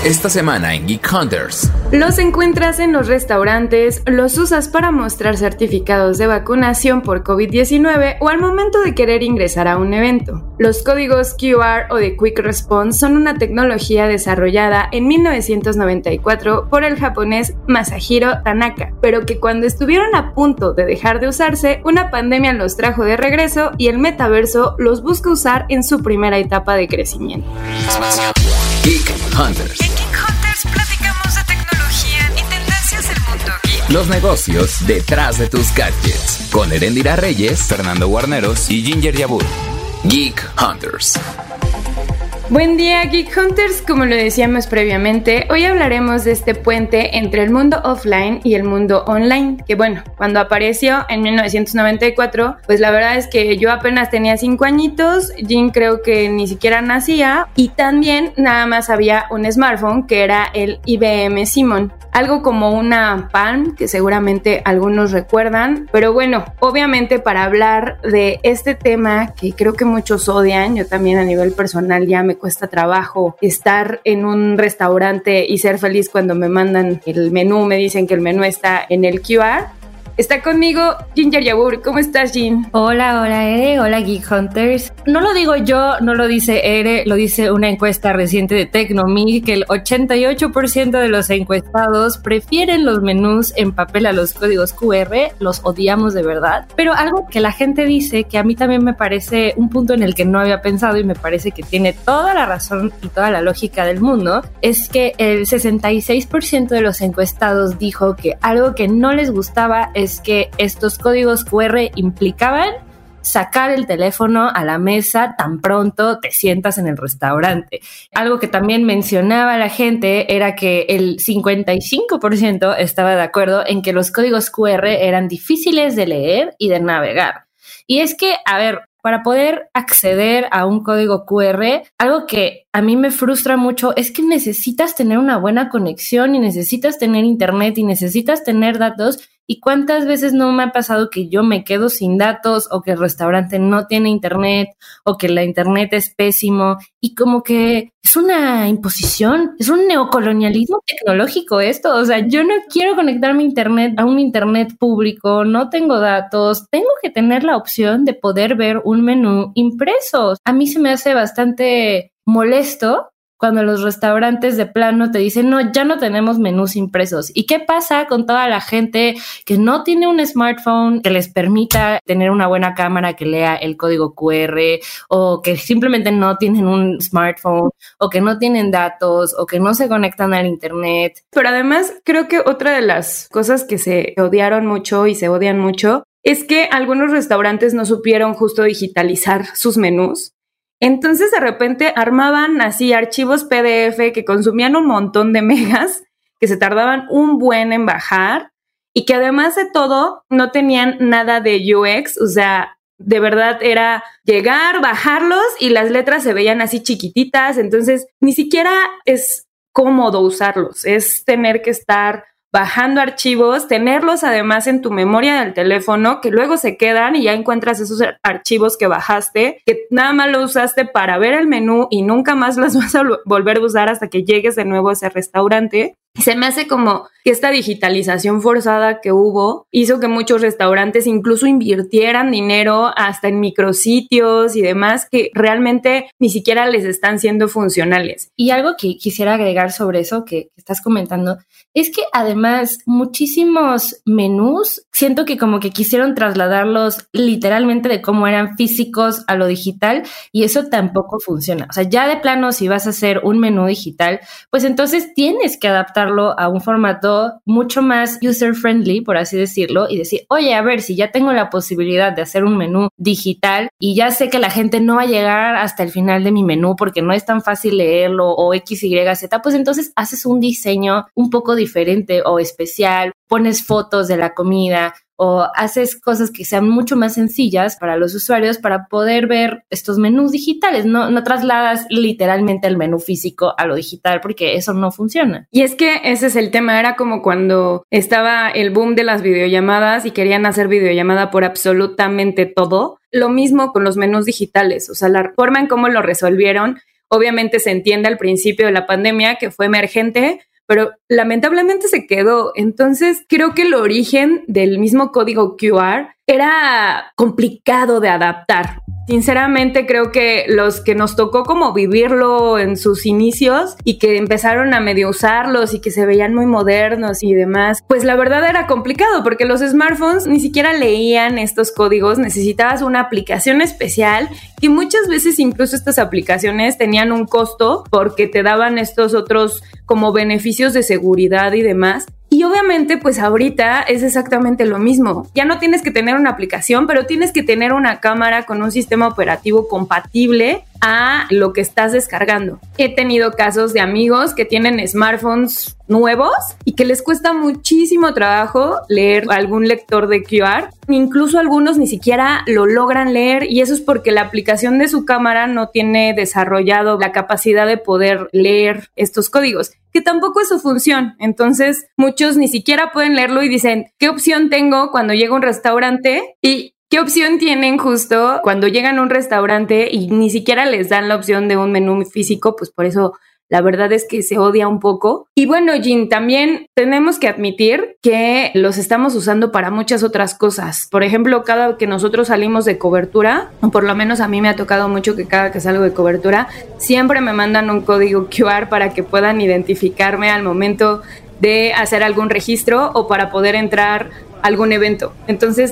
Esta semana en Geek Hunters. Los encuentras en los restaurantes, los usas para mostrar certificados de vacunación por COVID-19 o al momento de querer ingresar a un evento. Los códigos QR o de Quick Response son una tecnología desarrollada en 1994 por el japonés Masahiro Tanaka, pero que cuando estuvieron a punto de dejar de usarse, una pandemia los trajo de regreso y el metaverso los busca usar en su primera etapa de crecimiento. Geek Hunters. En Geek Hunters platicamos de tecnología y tendencias del mundo geek. Los negocios detrás de tus gadgets. Con Erendira Reyes, Fernando Guarneros y Ginger Yabur. Geek Hunters. Buen día, Geek Hunters. Como lo decíamos previamente, hoy hablaremos de este puente entre el mundo offline y el mundo online, que bueno, cuando apareció en 1994, pues la verdad es que yo apenas tenía 5 añitos, Jin creo que ni siquiera nacía, y también nada más había un smartphone que era el IBM Simon, algo como una Palm, que seguramente algunos recuerdan, pero bueno, obviamente para hablar de este tema que creo que muchos odian, yo también a nivel personal ya me cuesta trabajo estar en un restaurante y ser feliz cuando me mandan el menú, me dicen que el menú está en el QR. Está conmigo Ginger Yabur. ¿Cómo estás, Gin? Hola, Ere. Hola, Geek Hunters. No lo digo yo, no lo dice Ere, lo dice una encuesta reciente de Technomic, que el 88% de los encuestados prefieren los menús en papel a los códigos QR. Los odiamos de verdad. Pero algo que la gente dice, que a mí también me parece un punto en el que no había pensado y me parece que tiene toda la razón y toda la lógica del mundo, es que el 66% de los encuestados dijo que algo que no les gustaba es que estos códigos QR implicaban sacar el teléfono a la mesa tan pronto te sientas en el restaurante. Algo que también mencionaba la gente era que el 55% estaba de acuerdo en que los códigos QR eran difíciles de leer y de navegar. Y es que, a ver, para poder acceder a un código QR, algo que a mí me frustra mucho es que necesitas tener una buena conexión y necesitas tener internet y necesitas tener datos. ¿Y cuántas veces no me ha pasado que yo me quedo sin datos o que el restaurante no tiene internet o que la internet es pésimo? Y como que es una imposición, es un neocolonialismo tecnológico esto. O sea, yo no quiero conectarme a internet, a un internet público, no tengo datos, tengo que tener la opción de poder ver un menú impreso. A mí se me hace bastante molesto cuando los restaurantes de plano te dicen, no, ya no tenemos menús impresos. ¿Y qué pasa con toda la gente que no tiene un smartphone que les permita tener una buena cámara que lea el código QR, o que simplemente no tienen un smartphone, o que no tienen datos, o que no se conectan al internet? Pero además creo que otra de las cosas que se odiaron mucho y se odian mucho es que algunos restaurantes no supieron justo digitalizar sus menús. Entonces de repente armaban así archivos PDF que consumían un montón de megas, que se tardaban un buen en bajar y que además de todo no tenían nada de UX, o sea, de verdad era llegar, bajarlos y las letras se veían así chiquititas, entonces ni siquiera es cómodo usarlos, es tener que estar bajando archivos, tenerlos además en tu memoria del teléfono, que luego se quedan y ya encuentras esos archivos que bajaste, que nada más lo usaste para ver el menú y nunca más los vas a volver a usar hasta que llegues de nuevo a ese restaurante. Se me hace como que esta digitalización forzada que hubo hizo que muchos restaurantes incluso invirtieran dinero hasta en micrositios y demás que realmente ni siquiera les están siendo funcionales. Y algo que quisiera agregar sobre eso que estás comentando es que además muchísimos menús siento que como que quisieron trasladarlos literalmente de cómo eran físicos a lo digital y eso tampoco funciona. O sea, ya de plano si vas a hacer un menú digital, pues entonces tienes que adaptarlo a un formato mucho más user-friendly, por así decirlo, y decir, oye, a ver, si ya tengo la posibilidad de hacer un menú digital y ya sé que la gente no va a llegar hasta el final de mi menú porque no es tan fácil leerlo o X, Y, Z, pues entonces haces un diseño un poco diferente o especial, pones fotos de la comida o haces cosas que sean mucho más sencillas para los usuarios para poder ver estos menús digitales. No trasladas literalmente el menú físico a lo digital porque eso no funciona. Y es que ese es el tema, era como cuando estaba el boom de las videollamadas y querían hacer videollamada por absolutamente todo. Lo mismo con los menús digitales, o sea, la forma en cómo lo resolvieron obviamente se entiende al principio de la pandemia que fue emergente, pero lamentablemente se quedó. Entonces, creo que el origen del mismo código QR era complicado de adaptar. Sinceramente, creo que los que nos tocó como vivirlo en sus inicios y que empezaron a medio usarlos y que se veían muy modernos y demás, pues la verdad era complicado porque los smartphones ni siquiera leían estos códigos, necesitabas una aplicación especial y muchas veces incluso estas aplicaciones tenían un costo porque te daban estos otros como beneficios de seguridad y demás. Y obviamente, pues ahorita es exactamente lo mismo. Ya no tienes que tener una aplicación, pero tienes que tener una cámara con un sistema operativo compatible a lo que estás descargando. He tenido casos de amigos que tienen smartphones nuevos y que les cuesta muchísimo trabajo leer algún lector de QR. Incluso algunos ni siquiera lo logran leer y eso es porque la aplicación de su cámara no tiene desarrollado la capacidad de poder leer estos códigos, que tampoco es su función. Entonces, muchos ni siquiera pueden leerlo y dicen, ¿qué opción tengo cuando llego a un restaurante? Y ¿qué opción tienen justo cuando llegan a un restaurante y ni siquiera les dan la opción de un menú físico? Pues por eso la verdad es que se odia un poco. Y bueno, Jean, también tenemos que admitir que los estamos usando para muchas otras cosas. Por ejemplo, cada que nosotros salimos de cobertura, o por lo menos a mí me ha tocado mucho que cada que salgo de cobertura, siempre me mandan un código QR para que puedan identificarme al momento de hacer algún registro o para poder entrar a algún evento. Entonces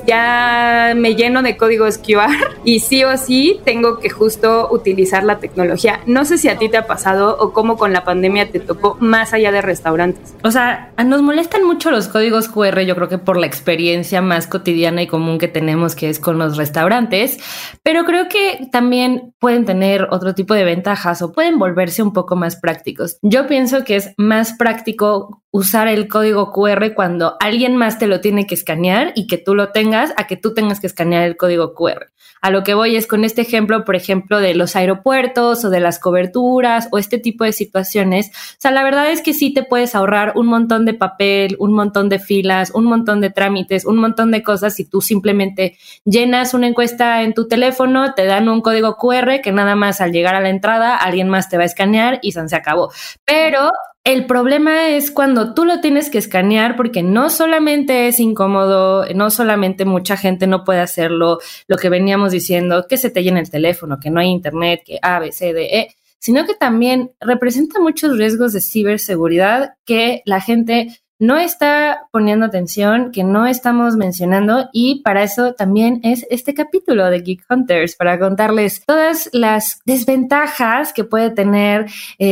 ya me lleno de códigos QR y sí o sí tengo que justo utilizar la tecnología. No sé si a ti te ha pasado o cómo con la pandemia te tocó más allá de restaurantes. O sea, nos molestan mucho los códigos QR, yo creo que por la experiencia más cotidiana y común que tenemos, que es con los restaurantes, pero creo que también pueden tener otro tipo de ventajas o pueden volverse un poco más prácticos. Yo pienso que es más práctico usar el código QR cuando alguien más te lo tiene que escanear y que tú lo tengas, a que tú tengas que escanear el código QR. A lo que voy es con este ejemplo, por ejemplo, de los aeropuertos o de las coberturas o este tipo de situaciones. O sea, la verdad es que sí te puedes ahorrar un montón de papel, un montón de filas, un montón de trámites, un montón de cosas si tú simplemente llenas una encuesta en tu teléfono, te dan un código QR que nada más al llegar a la entrada alguien más te va a escanear y se acabó. Pero el problema es cuando tú lo tienes que escanear porque no solamente es incómodo, no solamente mucha gente no puede hacerlo, lo que veníamos diciendo, que se te llena el teléfono, que no hay internet, que A, B, C, D, E, sino que también representa muchos riesgos de ciberseguridad que la gente no está poniendo atención, que no estamos mencionando, y para eso también es este capítulo de Geek Hunters, para contarles todas las desventajas que puede tener.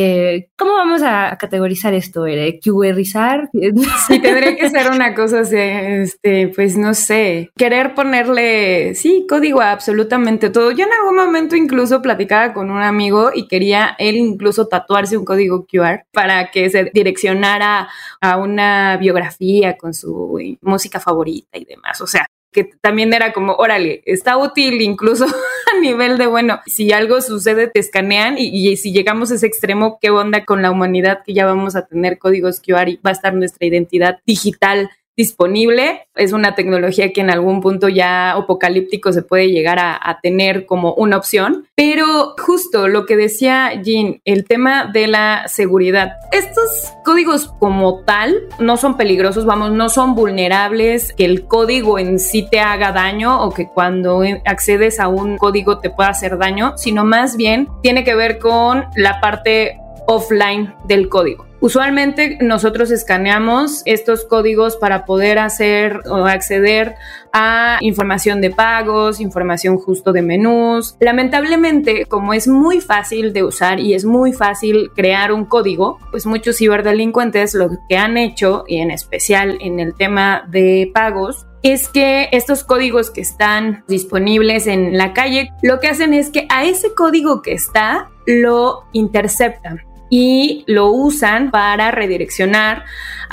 ¿Cómo vamos a categorizar esto, Ere? ¿QRizar? Sí, tendría que ser una cosa así, pues no sé, querer ponerle, sí, código a absolutamente todo. Yo en algún momento incluso platicaba con un amigo y quería él incluso tatuarse un código QR para que se direccionara a una biografía con su música favorita y demás. O sea, que también era como, órale, está útil incluso a nivel de, bueno, si algo sucede te escanean y si llegamos a ese extremo, ¿qué onda con la humanidad que ya vamos a tener códigos QR y va a estar nuestra identidad digital disponible? Es una tecnología que en algún punto ya apocalíptico se puede llegar a tener como una opción, pero justo lo que decía Jean, el tema de la seguridad. Estos códigos como tal no son peligrosos, no son vulnerables, que el código en sí te haga daño o que cuando accedes a un código te pueda hacer daño, sino más bien tiene que ver con la parte offline del código. Usualmente nosotros escaneamos estos códigos para poder hacer o acceder a información de pagos, información justo de menús. Lamentablemente, como es muy fácil de usar y es muy fácil crear un código, pues muchos ciberdelincuentes lo que han hecho, y en especial en el tema de pagos, es que estos códigos que están disponibles en la calle, lo que hacen es que a ese código que está lo interceptan y lo usan para redireccionar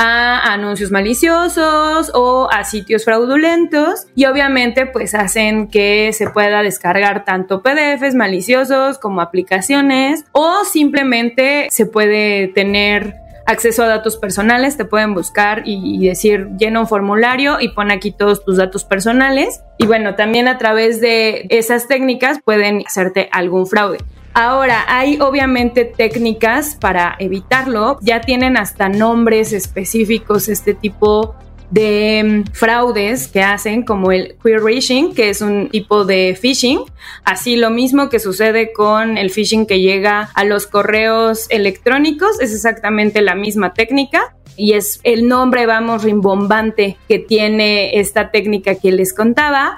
a anuncios maliciosos o a sitios fraudulentos, y obviamente pues hacen que se pueda descargar tanto PDFs maliciosos como aplicaciones, o simplemente se puede tener acceso a datos personales. Te pueden buscar y decir, llena un formulario y pon aquí todos tus datos personales, y bueno, también a través de esas técnicas pueden hacerte algún fraude. Ahora, hay obviamente técnicas para evitarlo. Ya tienen hasta nombres específicos este tipo de fraudes que hacen, como el querying, que es un tipo de phishing. Así, lo mismo que sucede con el phishing que llega a los correos electrónicos, es exactamente la misma técnica. Y es el nombre, vamos, rimbombante que tiene esta técnica que les contaba.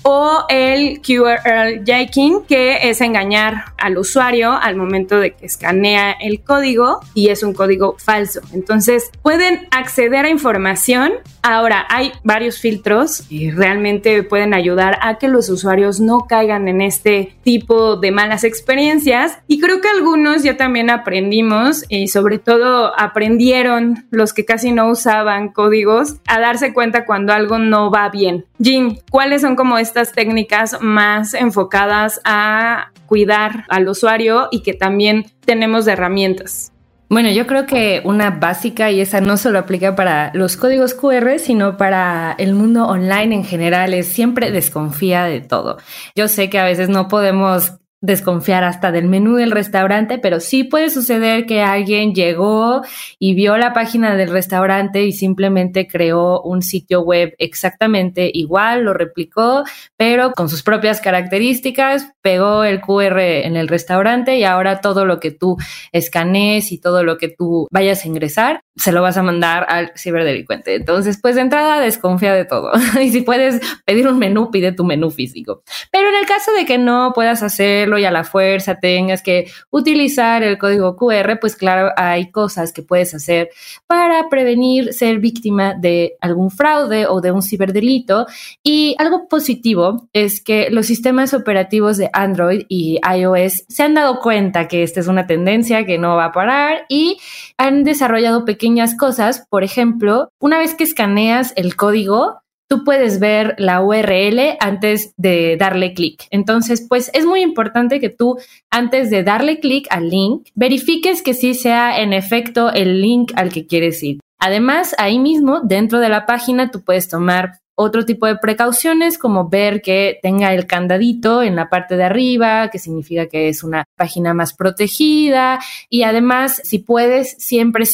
O el QR jacking, que es engañar al usuario al momento de que escanea el código y es un código falso. Entonces, pueden acceder a información. Ahora, hay varios filtros y realmente pueden ayudar a que los usuarios no caigan en este tipo de malas experiencias. Y creo que algunos ya también aprendimos, y sobre todo aprendieron los que casi no usaban códigos, a darse cuenta cuando algo no va bien. Jim, ¿cuáles son como estas técnicas más enfocadas a cuidar al usuario y que también tenemos de herramientas? Bueno, yo creo que una básica, y esa no solo aplica para los códigos QR, sino para el mundo online en general, es siempre desconfía de todo. Yo sé que a veces no podemos desconfiar hasta del menú del restaurante, pero sí puede suceder que alguien llegó y vio la página del restaurante y simplemente creó un sitio web exactamente igual, lo replicó, pero con sus propias características, pegó el QR en el restaurante y ahora todo lo que tú escanees y todo lo que tú vayas a ingresar, se lo vas a mandar al ciberdelincuente. Entonces, pues de entrada desconfía de todo. Y si puedes pedir un menú, pide tu menú físico. Pero en el caso de que no puedas hacerlo y a la fuerza tengas que utilizar el código QR, pues claro, hay cosas que puedes hacer para prevenir ser víctima de algún fraude o de un ciberdelito. Y algo positivo es que los sistemas operativos de Android y iOS se han dado cuenta que esta es una tendencia que no va a parar y han desarrollado pequeñas cosas. Por ejemplo, una vez que escaneas el código, tú puedes ver la URL antes de darle clic. Entonces, pues es muy importante que tú, antes de darle clic al link, verifiques que sí sea en efecto el link al que quieres ir. Además, ahí mismo, dentro de la página, tú puedes tomar otro tipo de precauciones, como ver que tenga el candadito en la parte de arriba, que significa que es una página más protegida. Y además, si puedes, siempre,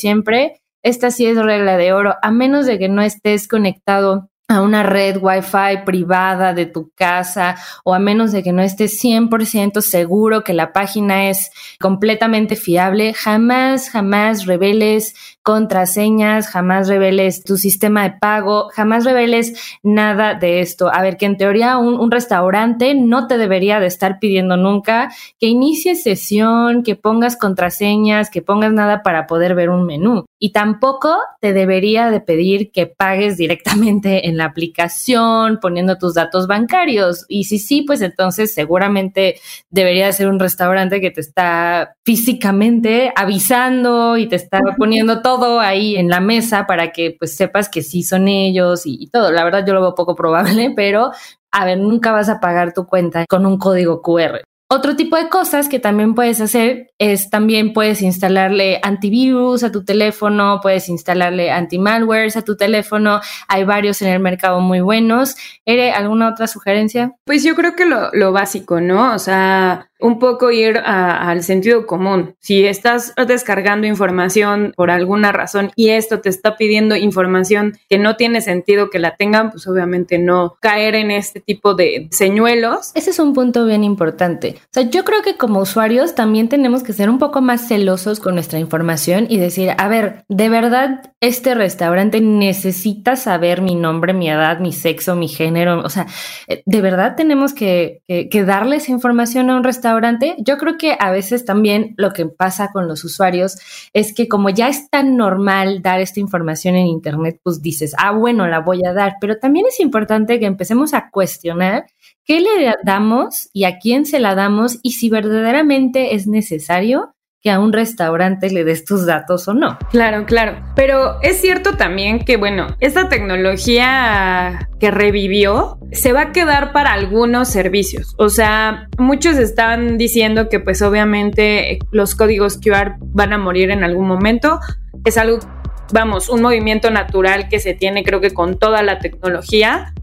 esta sí es regla de oro, a menos de que no estés conectado a una red Wi-Fi privada de tu casa o a menos de que no estés 100% seguro que la página es completamente fiable, jamás reveles contraseñas, jamás reveles tu sistema de pago, jamás reveles nada de esto. A ver, que en teoría un restaurante no te debería de estar pidiendo nunca que inicies sesión, que pongas contraseñas, que pongas nada para poder ver un menú. Y tampoco te debería de pedir que pagues directamente en la aplicación poniendo tus datos bancarios. Y si sí, pues entonces seguramente debería de ser un restaurante que te está físicamente avisando y te está poniendo todo ahí en la mesa para que pues sepas que sí son ellos y todo. La verdad yo lo veo poco probable, pero a ver, nunca vas a pagar tu cuenta con un código QR. Otro tipo de cosas que también puedes hacer es también puedes instalarle antivirus a tu teléfono, puedes instalarle anti-malwares a tu teléfono. Hay varios en el mercado muy buenos. ¿Ere, alguna otra sugerencia? Pues yo creo que lo básico, ¿no? O sea, un poco ir al sentido común. Si estás descargando información por alguna razón y esto te está pidiendo información que no tiene sentido que la tengan, pues obviamente no caer en este tipo de señuelos. Ese es un punto bien importante. O sea, yo creo que como usuarios también tenemos que ser un poco más celosos con nuestra información y decir, a ver, ¿de verdad este restaurante necesita saber mi nombre, mi edad, mi sexo, mi género? O sea, ¿de verdad tenemos que darle esa información a un restaurante? Yo creo que a veces también lo que pasa con los usuarios es que como ya es tan normal dar esta información en internet, pues dices, bueno, la voy a dar. Pero también es importante que empecemos a cuestionar qué le damos y a quién se la damos y si verdaderamente es necesario que a un restaurante le des tus datos o no. Claro. Pero es cierto también que, bueno, esta tecnología que revivió se va a quedar para algunos servicios. O sea, muchos están diciendo que pues obviamente los códigos QR van a morir en algún momento. Es algo, vamos, un movimiento natural que se tiene creo que con toda la tecnología.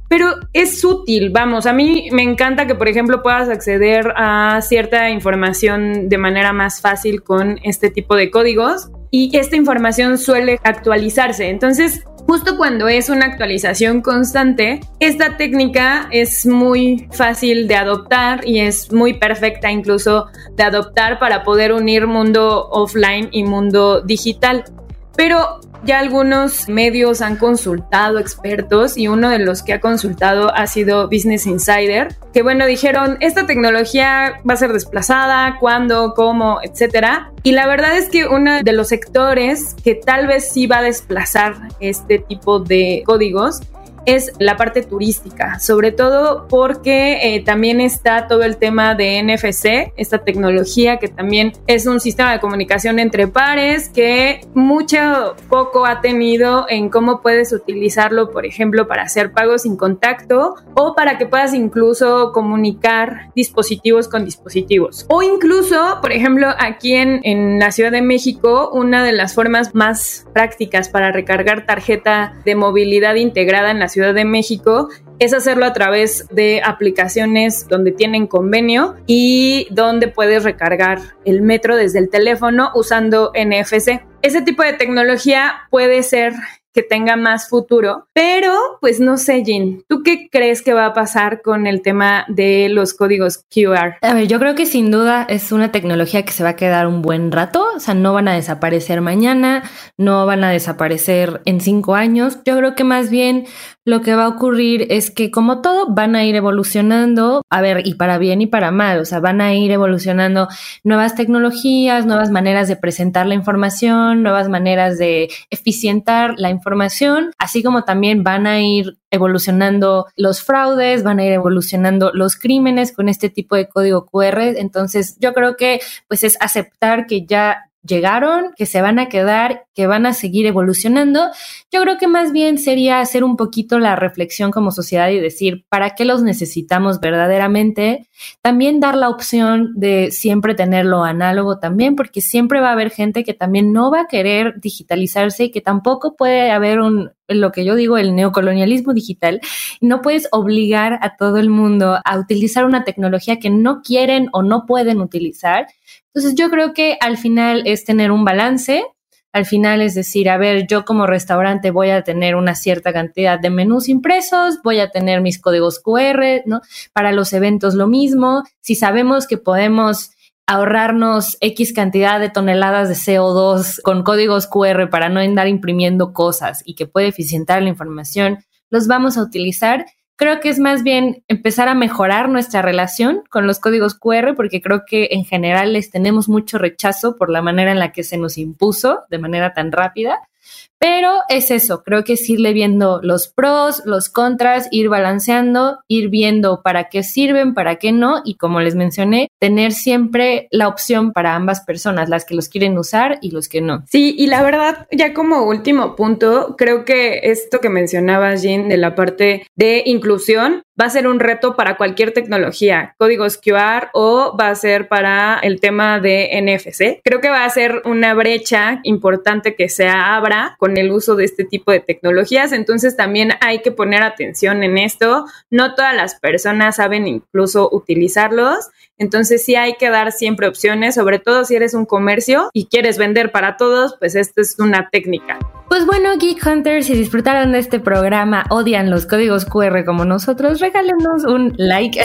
pero es útil, vamos, a mí me encanta que, por ejemplo, puedas acceder a cierta información de manera más fácil con este tipo de códigos y esta información suele actualizarse, entonces justo cuando es una actualización constante, esta técnica es muy fácil de adoptar y es muy perfecta incluso de adoptar para poder unir mundo offline y mundo digital. Pero ya algunos medios han consultado expertos y uno de los que ha consultado ha sido Business Insider, que bueno, dijeron, esta tecnología va a ser desplazada, cuándo, cómo, etcétera. Y la verdad es que uno de los sectores que tal vez sí va a desplazar este tipo de códigos es la parte turística, sobre todo porque también está todo el tema de NFC, esta tecnología que también es un sistema de comunicación entre pares que mucho poco ha tenido en cómo puedes utilizarlo, por ejemplo, para hacer pagos sin contacto o para que puedas incluso comunicar dispositivos con dispositivos. O incluso, por ejemplo, aquí en la Ciudad de México, una de las formas más prácticas para recargar tarjeta de movilidad integrada en la Ciudad de México es hacerlo a través de aplicaciones donde tienen convenio y donde puedes recargar el metro desde el teléfono usando NFC. Ese tipo de tecnología puede ser que tenga más futuro, pero pues no sé, Jean, ¿tú qué crees que va a pasar con el tema de los códigos QR? A ver, yo creo que sin duda es una tecnología que se va a quedar un buen rato, o sea, no van a desaparecer mañana, no van a desaparecer en 5 años. Yo creo que más bien lo que va a ocurrir es que, como todo, van a ir evolucionando, a ver, y para bien y para mal, o sea, van a ir evolucionando nuevas tecnologías, nuevas maneras de presentar la información, nuevas maneras de eficientar la información, así como también van a ir evolucionando los fraudes, van a ir evolucionando los crímenes con este tipo de código QR. Entonces, yo creo que pues es aceptar que ya llegaron, que se van a quedar, que van a seguir evolucionando. Yo creo que más bien sería hacer un poquito la reflexión como sociedad y decir, ¿para qué los necesitamos verdaderamente? También dar la opción de siempre tenerlo análogo también, porque siempre va a haber gente que también no va a querer digitalizarse y que tampoco puede haber lo que yo digo, el neocolonialismo digital. No puedes obligar a todo el mundo a utilizar una tecnología que no quieren o no pueden utilizar. Entonces yo creo que al final es tener un balance, al final es decir, a ver, yo como restaurante voy a tener una cierta cantidad de menús impresos, voy a tener mis códigos QR, ¿no? Para los eventos lo mismo, si sabemos que podemos ahorrarnos X cantidad de toneladas de CO2 con códigos QR para no andar imprimiendo cosas y que puede eficientar la información, los vamos a utilizar. Creo que es más bien empezar a mejorar nuestra relación con los códigos QR, porque creo que en general les tenemos mucho rechazo por la manera en la que se nos impuso de manera tan rápida. Pero es eso, creo que es irle viendo los pros, los contras, ir balanceando, ir viendo para qué sirven, para qué no, y como les mencioné, tener siempre la opción para ambas personas, las que los quieren usar y los que no. Sí, y la verdad, ya como último punto, creo que esto que mencionabas, Jean, de la parte de inclusión, va a ser un reto para cualquier tecnología, códigos QR o va a ser para el tema de NFC. Creo que va a ser una brecha importante que se abra con el uso de este tipo de tecnologías, entonces también hay que poner atención en esto. No todas las personas saben incluso utilizarlos, entonces sí hay que dar siempre opciones, sobre todo si eres un comercio y quieres vender para todos, pues esta es una técnica. Pues bueno, Geek Hunters, si disfrutaron de este programa, odian los códigos QR como nosotros, regálenos un like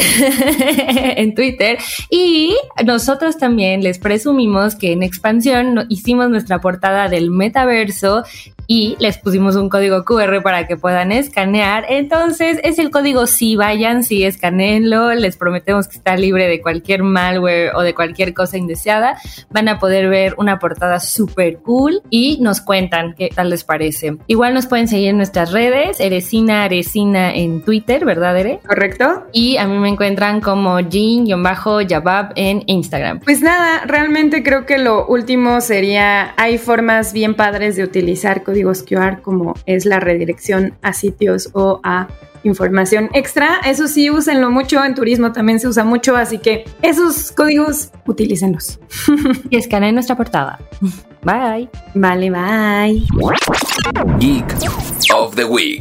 en Twitter. Y nosotros también les presumimos que en Expansión hicimos nuestra portada del metaverso y les pusimos un código QR para que puedan escanear. Entonces es el código sí, vayan, sí, escaneenlo. Les prometemos que está libre de cualquier malware o de cualquier cosa indeseada. Van a poder ver una portada súper cool y nos cuentan qué tal les parece. Igual nos pueden seguir en nuestras redes, Arecina en Twitter, ¿verdad, Ere? Correcto. Y a mí me encuentran como Jean-Yabab en Instagram. Pues nada, realmente creo que lo último sería, hay formas bien padres de utilizar códigos QR como es la redirección a sitios o a información extra. Eso sí, úsenlo mucho, en turismo también se usa mucho, así que esos códigos, utilícenlos. Y escaneen nuestra portada. Bye. Vale, bye. Geek of the Week.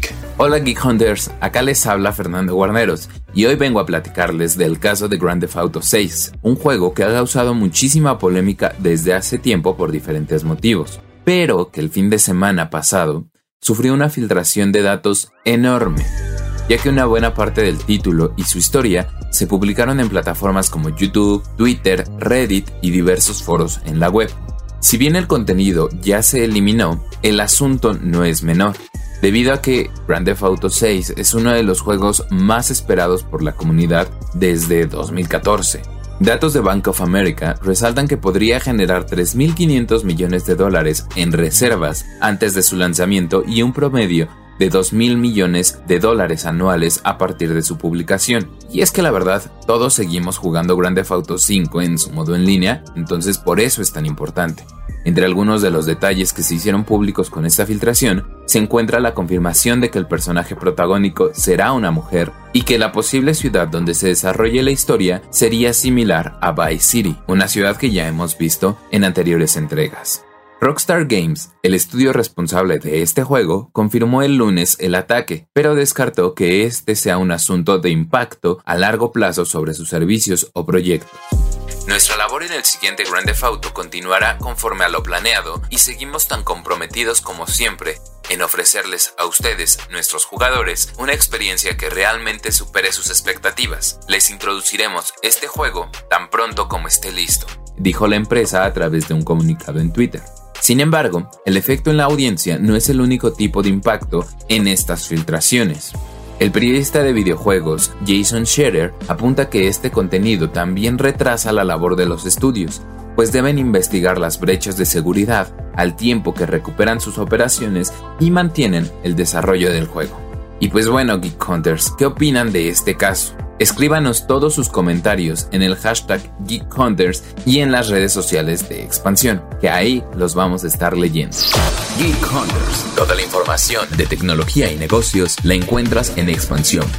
Hola Geek Hunters, acá les habla Fernando Guarneros y hoy vengo a platicarles del caso de Grand Theft Auto 6, un juego que ha causado muchísima polémica desde hace tiempo por diferentes motivos, pero que el fin de semana pasado sufrió una filtración de datos enorme, ya que una buena parte del título y su historia se publicaron en plataformas como YouTube, Twitter, Reddit y diversos foros en la web. Si bien el contenido ya se eliminó, el asunto no es menor, debido a que Grand Theft Auto 6 es uno de los juegos más esperados por la comunidad desde 2014. Datos de Bank of America resaltan que podría generar $3.500 millones en reservas antes de su lanzamiento y un promedio de $2.000 millones anuales a partir de su publicación. Y es que la verdad, todos seguimos jugando Grand Theft Auto 5 en su modo en línea, entonces por eso es tan importante. Entre algunos de los detalles que se hicieron públicos con esta filtración, se encuentra la confirmación de que el personaje protagónico será una mujer y que la posible ciudad donde se desarrolle la historia sería similar a Vice City, una ciudad que ya hemos visto en anteriores entregas. Rockstar Games, el estudio responsable de este juego, confirmó el lunes el ataque, pero descartó que este sea un asunto de impacto a largo plazo sobre sus servicios o proyectos. Nuestra labor en el siguiente Grand Theft Auto continuará conforme a lo planeado y seguimos tan comprometidos como siempre en ofrecerles a ustedes, nuestros jugadores, una experiencia que realmente supere sus expectativas. Les introduciremos este juego tan pronto como esté listo, dijo la empresa a través de un comunicado en Twitter. Sin embargo, el efecto en la audiencia no es el único tipo de impacto en estas filtraciones. El periodista de videojuegos Jason Scherer apunta que este contenido también retrasa la labor de los estudios, pues deben investigar las brechas de seguridad al tiempo que recuperan sus operaciones y mantienen el desarrollo del juego. Y pues bueno, Geek Hunters, ¿qué opinan de este caso? Escríbanos todos sus comentarios en el hashtag Geek Hunters y en las redes sociales de Expansión, que ahí los vamos a estar leyendo. Geek Hunters. Toda la información de tecnología y negocios la encuentras en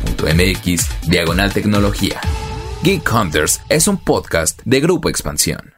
expansión.mx/tecnología. Geek Hunters es un podcast de Grupo Expansión.